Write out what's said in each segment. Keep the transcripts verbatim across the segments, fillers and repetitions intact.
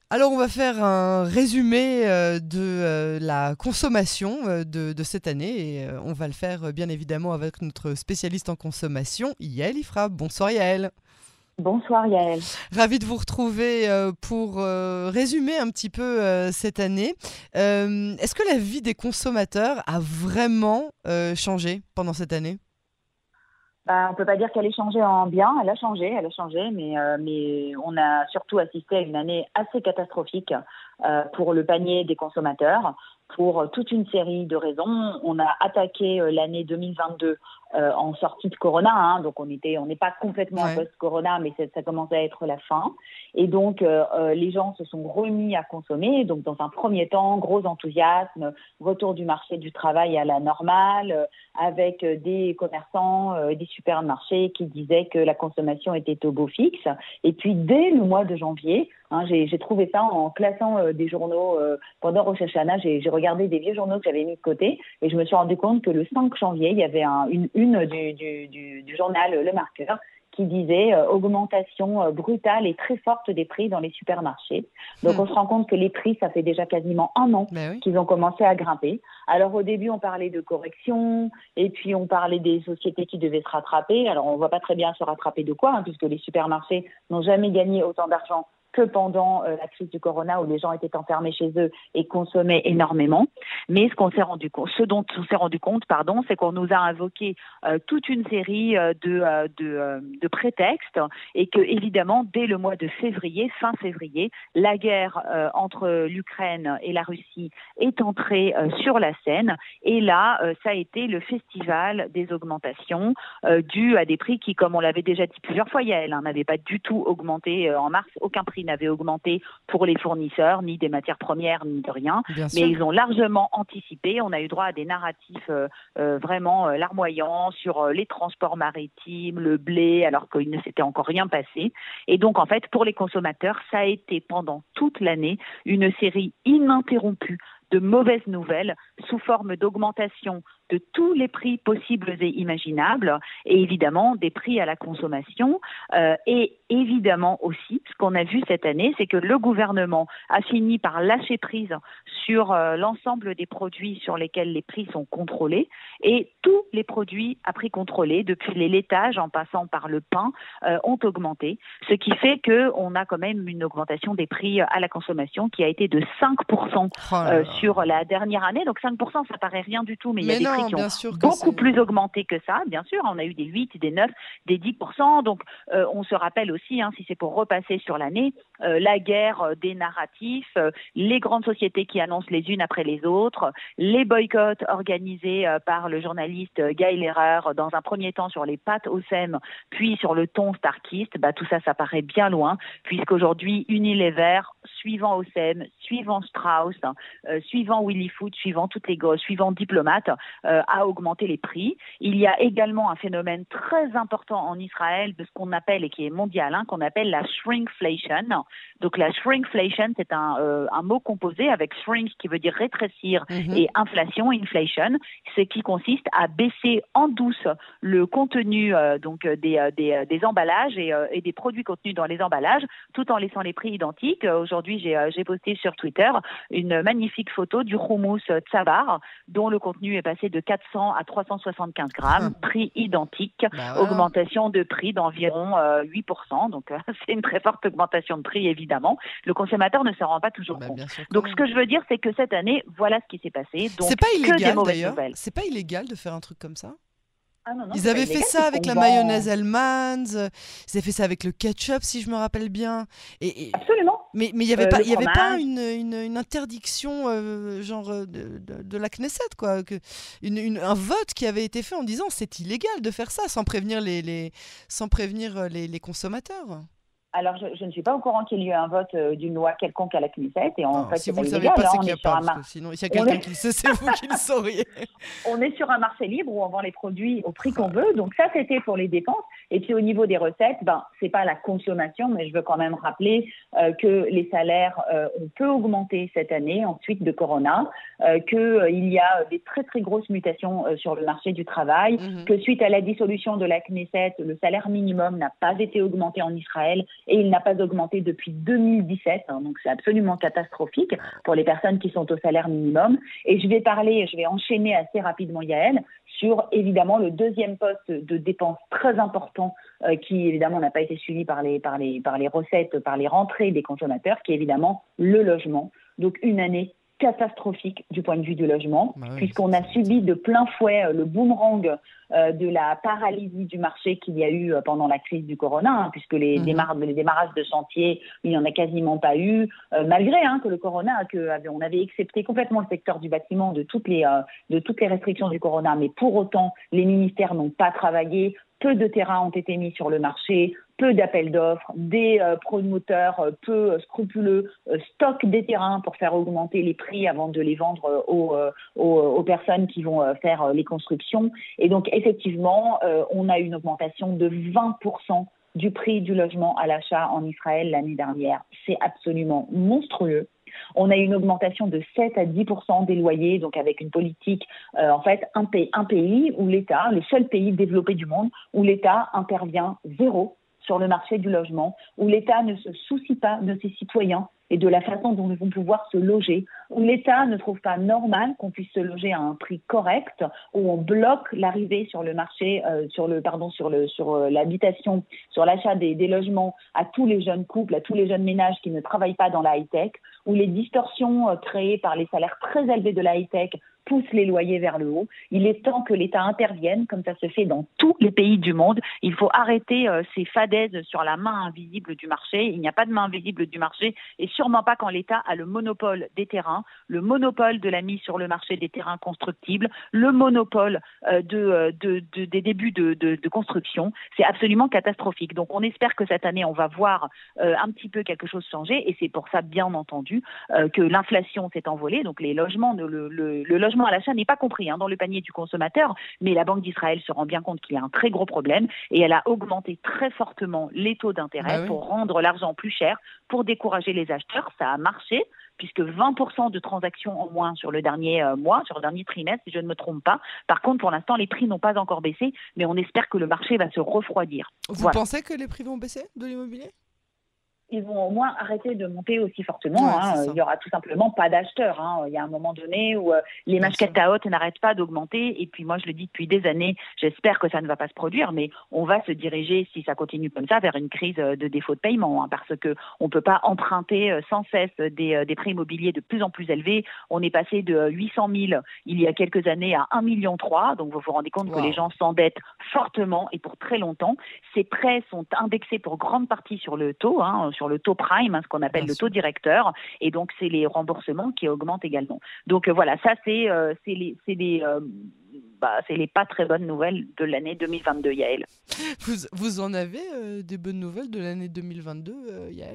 Alors, on va faire un résumé euh, de euh, la consommation euh, de, de cette année et euh, on va le faire euh, bien évidemment avec notre spécialiste en consommation, Yael Ifra. Bonsoir Yael. Bonsoir Yael. Ravi de vous retrouver euh, pour euh, résumer un petit peu euh, cette année. Euh, est-ce que la vie des consommateurs a vraiment euh, changé pendant cette année? Bah, on peut pas dire qu'elle ait changé en bien, elle a changé, elle a changé, mais, euh, mais on a surtout assisté à une année assez catastrophique euh, pour le panier des consommateurs, pour toute une série de raisons. On a attaqué euh, l'année deux mille vingt-deux euh, en sortie de Corona, hein, donc on était, on n'est pas complètement en Ouais. post-Corona, mais ça, ça commençait à être la fin. Et donc euh, euh, les gens se sont remis à consommer. Donc dans un premier temps, gros enthousiasme, retour du marché du travail à la normale, euh, avec euh, des commerçants, euh, des supermarchés qui disaient que la consommation était au beau fixe. Et puis dès le mois de janvier, hein, j'ai, j'ai trouvé ça en classant euh, des journaux euh, pendant Rosh Hashanah, j'ai, j'ai regardé des vieux journaux que j'avais mis de côté et je me suis rendu compte que le cinq janvier, il y avait un, une une du, du, du, du journal Le Marqueur qui disait euh, augmentation euh, brutale et très forte des prix dans les supermarchés. Donc Hmm. on se rend compte que les prix, ça fait déjà quasiment un an Ben oui. qu'ils ont commencé à grimper. Alors au début, on parlait de correction, et puis on parlait des sociétés qui devaient se rattraper. Alors on ne voit pas très bien se rattraper de quoi, hein, puisque les supermarchés n'ont jamais gagné autant d'argent que pendant euh, la crise du corona où les gens étaient enfermés chez eux et consommaient énormément. Mais ce qu'on s'est rendu compte, ce dont on s'est rendu compte, pardon, c'est qu'on nous a invoqué euh, toute une série euh, de, euh, de, euh, de prétextes et que évidemment dès le mois de février, fin février, la guerre euh, entre l'Ukraine et la Russie est entrée euh, sur la scène et là, euh, ça a été le festival des augmentations euh, dues à des prix qui, comme on l'avait déjà dit plusieurs fois, Yael, hein, n'avaient pas du tout augmenté euh, en mars. Aucun prix n'avait augmenté pour les fournisseurs, ni des matières premières, ni de rien. Bien Mais sûr. ils ont largement anticipé. On a eu droit à des narratifs euh, euh, vraiment euh, larmoyants sur euh, les transports maritimes, le blé, alors qu'il ne s'était encore rien passé. Et donc, en fait, pour les consommateurs, ça a été pendant toute l'année une série ininterrompue de mauvaises nouvelles sous forme d'augmentation de tous les prix possibles et imaginables, et évidemment des prix à la consommation. Euh, et évidemment aussi, ce qu'on a vu cette année, c'est que le gouvernement a fini par lâcher prise sur euh, l'ensemble des produits sur lesquels les prix sont contrôlés, et tous les produits à prix contrôlé, depuis les laitages en passant par le pain, euh, ont augmenté, ce qui fait qu'on a quand même une augmentation des prix à la consommation qui a été de cinq pour cent Oh là euh, là. sur la dernière année. Donc cinq pour cent, ça paraît rien du tout, mais il y a Mais des prix non, qui ont bien sûr que beaucoup c'est... plus augmenté que ça, bien sûr. On a eu des huit, des neuf, des dix pour cent. Donc euh, on se rappelle aussi, hein, si c'est pour repasser sur l'année, euh, la guerre euh, des narratifs, euh, les grandes sociétés qui annoncent les unes après les autres, les boycotts organisés euh, par le journaliste euh, Guy Lehrer, dans un premier temps sur les pâtes au sème, puis sur le ton starkiste. Bah, tout ça, ça paraît bien loin, puisqu'aujourd'hui, Unilever, suivant O S E M, suivant Strauss, euh, suivant Willy Food, suivant toutes les gosses, suivant Diplomate, euh, a augmenté les prix. Il y a également un phénomène très important en Israël de ce qu'on appelle, et qui est mondial, hein, qu'on appelle la shrinkflation. Donc la shrinkflation, c'est un, euh, un mot composé avec shrink qui veut dire rétrécir Mhm. et inflation, inflation, ce qui consiste à baisser en douce le contenu euh, donc des, euh, des, euh, des emballages et, euh, et des produits contenus dans les emballages, tout en laissant les prix identiques. Euh, Aujourd'hui, j'ai, euh, j'ai posté sur Twitter une magnifique photo du hummus Tsavar, dont le contenu est passé de quatre cents à trois cent soixante-quinze grammes, prix identique, Bah voilà. augmentation de prix d'environ euh, huit pour cent. Donc, euh, c'est une très forte augmentation de prix, évidemment. Le consommateur ne s'en rend pas toujours Bah compte. bien sûr que Donc, ce non. que je veux dire, c'est que cette année, voilà ce qui s'est passé. C'est Donc, pas que des illégal mauvaises d'ailleurs. nouvelles. C'est pas illégal de faire un truc comme ça. Ah non, non, Ils c'est pas avaient fait illégal ça avec puisqu'on la mayonnaise vend... Hellmann's, euh, ils avaient fait ça avec le ketchup, si je me rappelle bien. Et, et- Absolument. mais mais il y avait Euh, pas, le il y avait pas fromage. une, une, une interdiction euh, genre euh, de, de, de la Knesset, quoi. Que, une, une- un vote qui avait été fait en disant c'est illégal de faire ça sans prévenir les, les, sans prévenir euh, les, les consommateurs. Alors, je, je ne suis pas au courant qu'il y ait eu un vote euh, d'une loi quelconque à la Knesset, et en Alors, fait, si c'est vous pas le savez illégal, pas, hein, c'est on qu'il n'y a est sur pas, un parce mar- que sinon, s'il y a on quelqu'un est qui le sait, c'est vous qui le sauriez. on est sur un marché libre où on vend les produits au prix Oh qu'on là veut. là. Donc ça, c'était pour les dépenses. Et puis au niveau des recettes, ben, c'est pas la consommation, mais je veux quand même rappeler euh, que les salaires euh, ont peu augmenté cette année, ensuite de Corona, euh, qu'il euh, y a des très très grosses mutations euh, sur le marché du travail, Mhm. que suite à la dissolution de la Knesset, le salaire minimum n'a pas été augmenté en Israël et il n'a pas augmenté depuis deux mille dix-sept, hein, donc c'est absolument catastrophique pour les personnes qui sont au salaire minimum. Et je vais parler, je vais enchaîner assez rapidement, Yael, sur évidemment le deuxième poste de dépense très important euh, qui évidemment n'a pas été suivi par les, par, les, par les recettes, par les rentrées des consommateurs, qui est évidemment le logement. Donc une année catastrophique du point de vue du logement, bah oui, puisqu'on a subi de plein fouet euh, le boomerang euh, de la paralysie du marché qu'il y a eu euh, pendant la crise du corona, hein, puisque les, mmh. démar- les démarrages de chantier, il n'y en a quasiment pas eu, euh, malgré hein, que le corona, que, on avait excepté complètement le secteur du bâtiment de toutes les, euh, de toutes les restrictions du corona, mais pour autant, les ministères n'ont pas travaillé, peu de terrains ont été mis sur le marché, peu d'appels d'offres, des euh, promoteurs euh, peu euh, scrupuleux euh, stockent des terrains pour faire augmenter les prix avant de les vendre euh, aux, euh, aux, aux personnes qui vont euh, faire euh, les constructions. Et donc, effectivement, euh, on a une augmentation de vingt pour cent du prix du logement à l'achat en Israël l'année dernière. C'est absolument monstrueux. On a eu une augmentation de sept à dix pour cent des loyers, donc avec une politique, euh, en fait, un pays, un pays où l'État, le seul pays développé du monde, où l'État intervient zéro sur le marché du logement, où l'État ne se soucie pas de ses citoyens et de la façon dont ils vont pouvoir se loger, où l'État ne trouve pas normal qu'on puisse se loger à un prix correct, où on bloque l'arrivée sur le marché, euh, sur le pardon, sur le sur euh, l'habitation, sur l'achat des, des logements à tous les jeunes couples, à tous les jeunes ménages qui ne travaillent pas dans la high-tech, où les distorsions euh, créées par les salaires très élevés de la high-tech poussent les loyers vers le haut. Il est temps que l'État intervienne, comme ça se fait dans tous les pays du monde. Il faut arrêter euh, ces fadaises sur la main invisible du marché. Il n'y a pas de main invisible du marché, et sûrement pas quand l'État a le monopole des terrains, le monopole de la mise sur le marché des terrains constructibles, le monopole euh, de, de, de, des débuts de, de, de construction. C'est absolument catastrophique. Donc on espère que cette année, on va voir euh, un petit peu quelque chose changer, et c'est pour ça, bien entendu, euh, que l'inflation s'est envolée. Donc les logements, le, le, le logement à l'achat n'est pas compris hein, dans le panier du consommateur, mais la Banque d'Israël se rend bien compte qu'il y a un très gros problème, et elle a augmenté très fortement les taux d'intérêt bah oui. pour rendre l'argent plus cher, pour décourager les acheteurs. Ça a marché, puisque vingt pour cent de transactions en moins sur le dernier euh, mois, sur le dernier trimestre, si je ne me trompe pas. Par contre, pour l'instant, les prix n'ont pas encore baissé, mais on espère que le marché va se refroidir. Vous voilà. pensez que les prix vont baisser de l'immobilier ? Ils vont au moins arrêter de monter aussi fortement. Ouais, hein. Il n'y aura tout simplement pas d'acheteurs. Hein. Il y a un moment donné où euh, les mashkataot n'arrêtent pas d'augmenter. Et puis moi, je le dis depuis des années, j'espère que ça ne va pas se produire, mais on va se diriger, si ça continue comme ça, vers une crise de défaut de paiement. Hein, parce qu'on ne peut pas emprunter sans cesse des, des prêts immobiliers de plus en plus élevés. On est passé de huit cent mille il y a quelques années à un virgule trois million. Donc vous vous rendez compte wow. que les gens s'endettent fortement et pour très longtemps. Ces prêts sont indexés pour grande partie sur le taux, hein, sur le taux prime, hein, ce qu'on appelle Bien le sûr. taux directeur, et donc c'est les remboursements qui augmentent également. Donc euh, voilà, ça c'est, euh, c'est les, c'est les, euh, bah, c'est les pas très bonnes nouvelles de l'année deux mille vingt-deux, Yael. Vous, vous en avez euh, des bonnes nouvelles de l'année deux mille vingt-deux, euh, Yael ?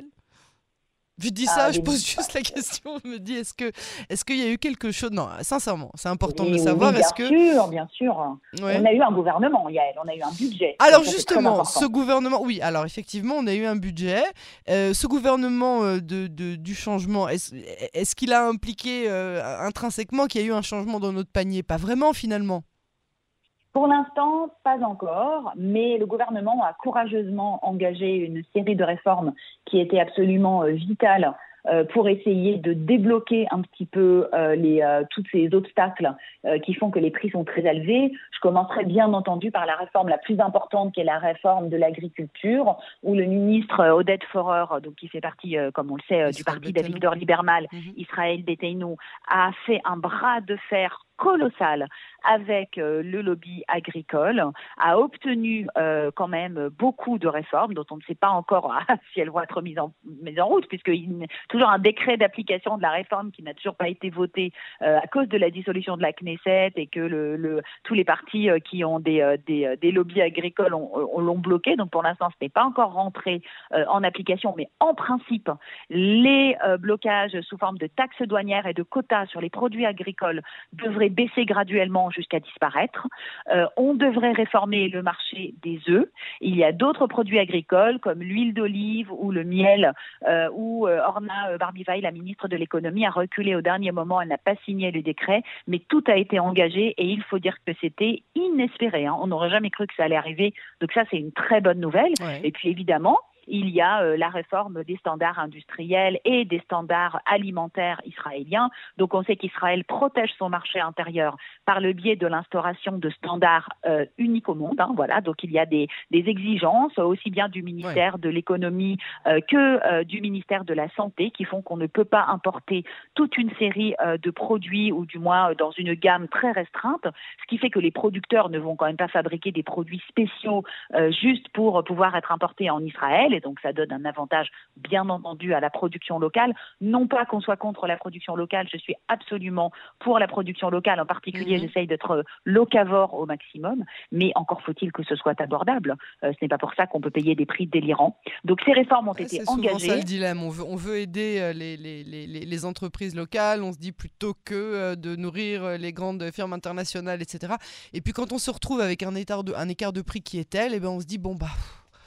Je dis ça, ah, je pose juste la question, je me dis, est-ce que, est-ce qu'il y a eu quelque chose ? Non, sincèrement, c'est important oui, de le savoir. Oui, bien est-ce que... sûr, bien sûr. Ouais. On a eu un gouvernement, Yael, on a eu un budget. Alors justement, ce gouvernement, oui, alors effectivement, on a eu un budget. Euh, ce gouvernement euh, de, de, du changement, est-ce, est-ce qu'il a impliqué euh, intrinsèquement qu'il y a eu un changement dans notre panier ? Pas vraiment, finalement. Pour l'instant, pas encore, mais le gouvernement a courageusement engagé une série de réformes qui étaient absolument euh, vitales euh, pour essayer de débloquer un petit peu euh, les, euh, tous ces obstacles euh, qui font que les prix sont très élevés. Je commencerai bien entendu par la réforme la plus importante, qui est la réforme de l'agriculture, où le ministre euh, Oded Forer, donc qui fait partie, euh, comme on le sait, euh, du parti d'Avigdor Lieberman, mm-hmm. Israël Beiteinu, a fait un bras de fer colossal avec euh, le lobby agricole, a obtenu euh, quand même beaucoup de réformes dont on ne sait pas encore ah, si elles vont être mises en, mises en route, puisqu'il y a toujours un décret d'application de la réforme qui n'a toujours pas été voté euh, à cause de la dissolution de la Knesset, et que le, le, tous les partis euh, qui ont des, euh, des, des lobbies agricoles ont, ont, l'ont bloqué. Donc pour l'instant, ce n'est pas encore rentré euh, en application, mais en principe, les euh, blocages sous forme de taxes douanières et de quotas sur les produits agricoles devraient baisser graduellement jusqu'à disparaître. Euh, on devrait réformer le marché des œufs. Il y a d'autres produits agricoles comme l'huile d'olive ou le miel, euh, où euh, Orna Barbivaï, la ministre de l'économie, a reculé au dernier moment. Elle n'a pas signé le décret, mais tout a été engagé, et il faut dire que c'était inespéré. Hein. On n'aurait jamais cru que ça allait arriver. Donc ça, c'est une très bonne nouvelle. Ouais. Et puis évidemment, il y a euh, la réforme des standards industriels et des standards alimentaires israéliens. Donc on sait qu'Israël protège son marché intérieur par le biais de l'instauration de standards euh, uniques au monde. Hein, voilà. Donc il y a des, des exigences aussi bien du ministère ouais. de l'économie euh, que euh, du ministère de la santé qui font qu'on ne peut pas importer toute une série euh, de produits ou du moins euh, dans une gamme très restreinte, ce qui fait que les producteurs ne vont quand même pas fabriquer des produits spéciaux euh, juste pour pouvoir être importés en Israël et donc ça donne un avantage bien entendu à la production locale. Non pas qu'on soit contre la production locale, je suis absolument pour la production locale, en particulier mmh. j'essaye d'être locavore au maximum, mais encore faut-il que ce soit abordable. Euh, ce n'est pas pour ça qu'on peut payer des prix délirants. Donc ces réformes ont ouais, été c'est engagées. C'est souvent ça le dilemme, on veut, on veut aider les, les, les, les entreprises locales, on se dit plutôt que de nourrir les grandes firmes internationales, et cetera. Et puis quand on se retrouve avec un écart de, un écart de prix qui est tel, et ben on se dit bon bah...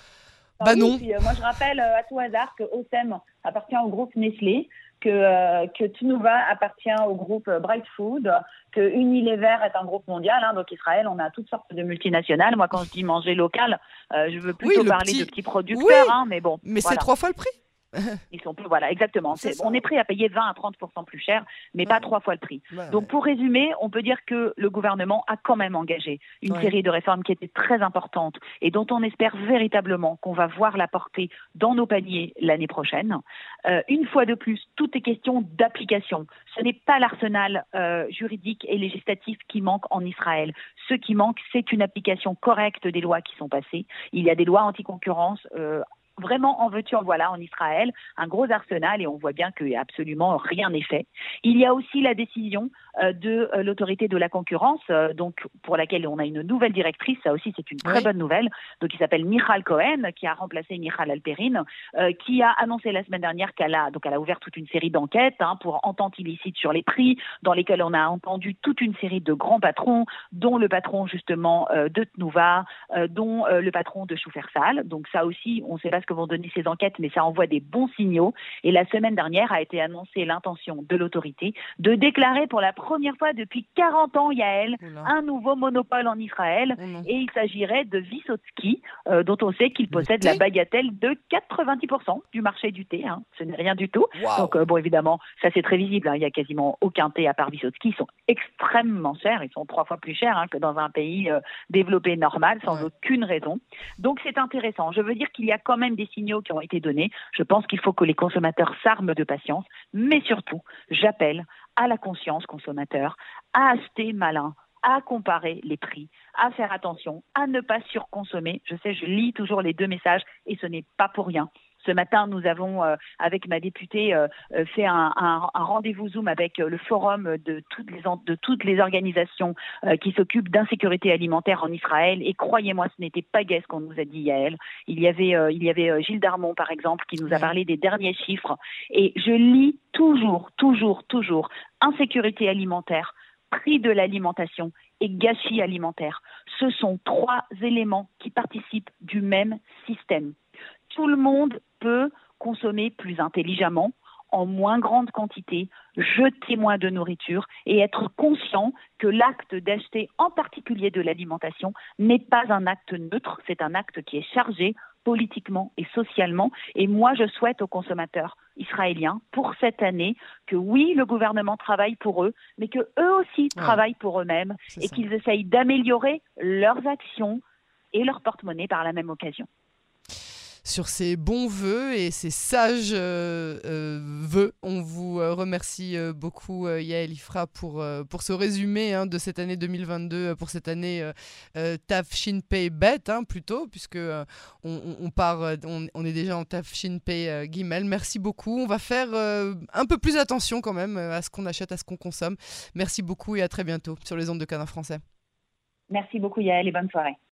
Bah oui, non. Puis, euh, moi, je rappelle euh, à tout hasard que Osem appartient au groupe Nestlé, que, euh, que Tnuva appartient au groupe euh, Bright Food, que Unilever est un groupe mondial. Hein, donc Israël, on a toutes sortes de multinationales. Moi, quand je dis manger local, euh, je veux plutôt oui, parler petit... de petits producteurs. Oui, hein, mais bon, mais voilà. c'est trois fois le prix. Ils sont plus, voilà, exactement. C'est, on est prêt à payer vingt à trente pour cent plus cher, mais ouais. pas trois fois le prix. Bah, Donc, ouais. pour résumer, on peut dire que le gouvernement a quand même engagé une ouais. série de réformes qui étaient très importantes et dont on espère véritablement qu'on va voir la portée dans nos paniers l'année prochaine. Euh, une fois de plus, tout est question d'application. Ce n'est pas l'arsenal euh, juridique et législatif qui manque en Israël. Ce qui manque, c'est une application correcte des lois qui sont passées. Il y a des lois anti-concurrence euh, vraiment en veux-tu en voilà en Israël, un gros arsenal et on voit bien que absolument rien n'est fait. Il y a aussi la décision euh, de euh, l'autorité de la concurrence, euh, donc pour laquelle on a une nouvelle directrice, ça aussi c'est une très oui. bonne nouvelle, donc qui s'appelle Michal Cohen, qui a remplacé Michal Alperin, euh, qui a annoncé la semaine dernière qu'elle a, donc elle a ouvert toute une série d'enquêtes hein, pour entente illicite sur les prix, dans lesquelles on a entendu toute une série de grands patrons, dont le patron justement euh, de Tnuva, euh, dont euh, le patron de Shufersal. Donc ça aussi, on ne sait pas ce que vont donner ces enquêtes, mais ça envoie des bons signaux. Et la semaine dernière a été annoncée l'intention de l'autorité de déclarer pour la première fois depuis quarante ans, Yael, Oula. un nouveau monopole en Israël. Oula. Et il s'agirait de Vysotsky, euh, dont on sait qu'il possède la bagatelle de quatre-vingt-dix pour cent du marché du thé. Hein. Ce n'est rien du tout. Wow. Donc, euh, bon, évidemment, ça c'est très visible. Hein. Il n'y a quasiment aucun thé à part Vysotsky. Ils sont extrêmement chers. Ils sont trois fois plus chers hein, que dans un pays euh, développé normal, sans ouais. aucune raison. Donc, c'est intéressant. Je veux dire qu'il y a quand même des signaux qui ont été donnés. Je pense qu'il faut que les consommateurs s'arment de patience, mais surtout, j'appelle à la conscience consommateur, à acheter malin, à comparer les prix, à faire attention, à ne pas surconsommer. Je sais, je lis toujours les deux messages et ce n'est pas pour rien. Ce matin, nous avons, euh, avec ma députée, euh, fait un, un, un rendez-vous Zoom avec euh, le forum de toutes les, de toutes les organisations euh, qui s'occupent d'insécurité alimentaire en Israël. Et croyez-moi, ce n'était pas gai ce qu'on nous a dit, Yael. Il y avait, euh, il y avait euh, Gilles Darmon, par exemple, qui nous a parlé des derniers chiffres. Et je lis toujours, toujours, toujours insécurité alimentaire, prix de l'alimentation et gâchis alimentaire. Ce sont trois éléments qui participent du même système. Tout le monde peut consommer plus intelligemment, en moins grande quantité, jeter moins de nourriture et être conscient que l'acte d'acheter en particulier de l'alimentation n'est pas un acte neutre, c'est un acte qui est chargé politiquement et socialement. Et moi, je souhaite aux consommateurs israéliens pour cette année que oui, le gouvernement travaille pour eux, mais que eux aussi ouais. travaillent pour eux-mêmes c'est et ça. Qu'ils essayent d'améliorer leurs actions et leur porte-monnaie par la même occasion. Sur ces bons vœux et ces sages euh, euh, vœux. On vous euh, remercie euh, beaucoup, euh, Yael Ifra, pour, euh, pour ce résumé hein, de cette année deux mille vingt-deux, pour cette année euh, euh, Tafshin Pei Bet, hein, plutôt, puisque euh, on, on, part, on, on est déjà en Tafshin Pei euh, Gimel. Merci beaucoup. On va faire euh, un peu plus attention quand même à ce qu'on achète, à ce qu'on consomme. Merci beaucoup et à très bientôt sur les ondes de Canard Français. Merci beaucoup, Yael, et bonne soirée.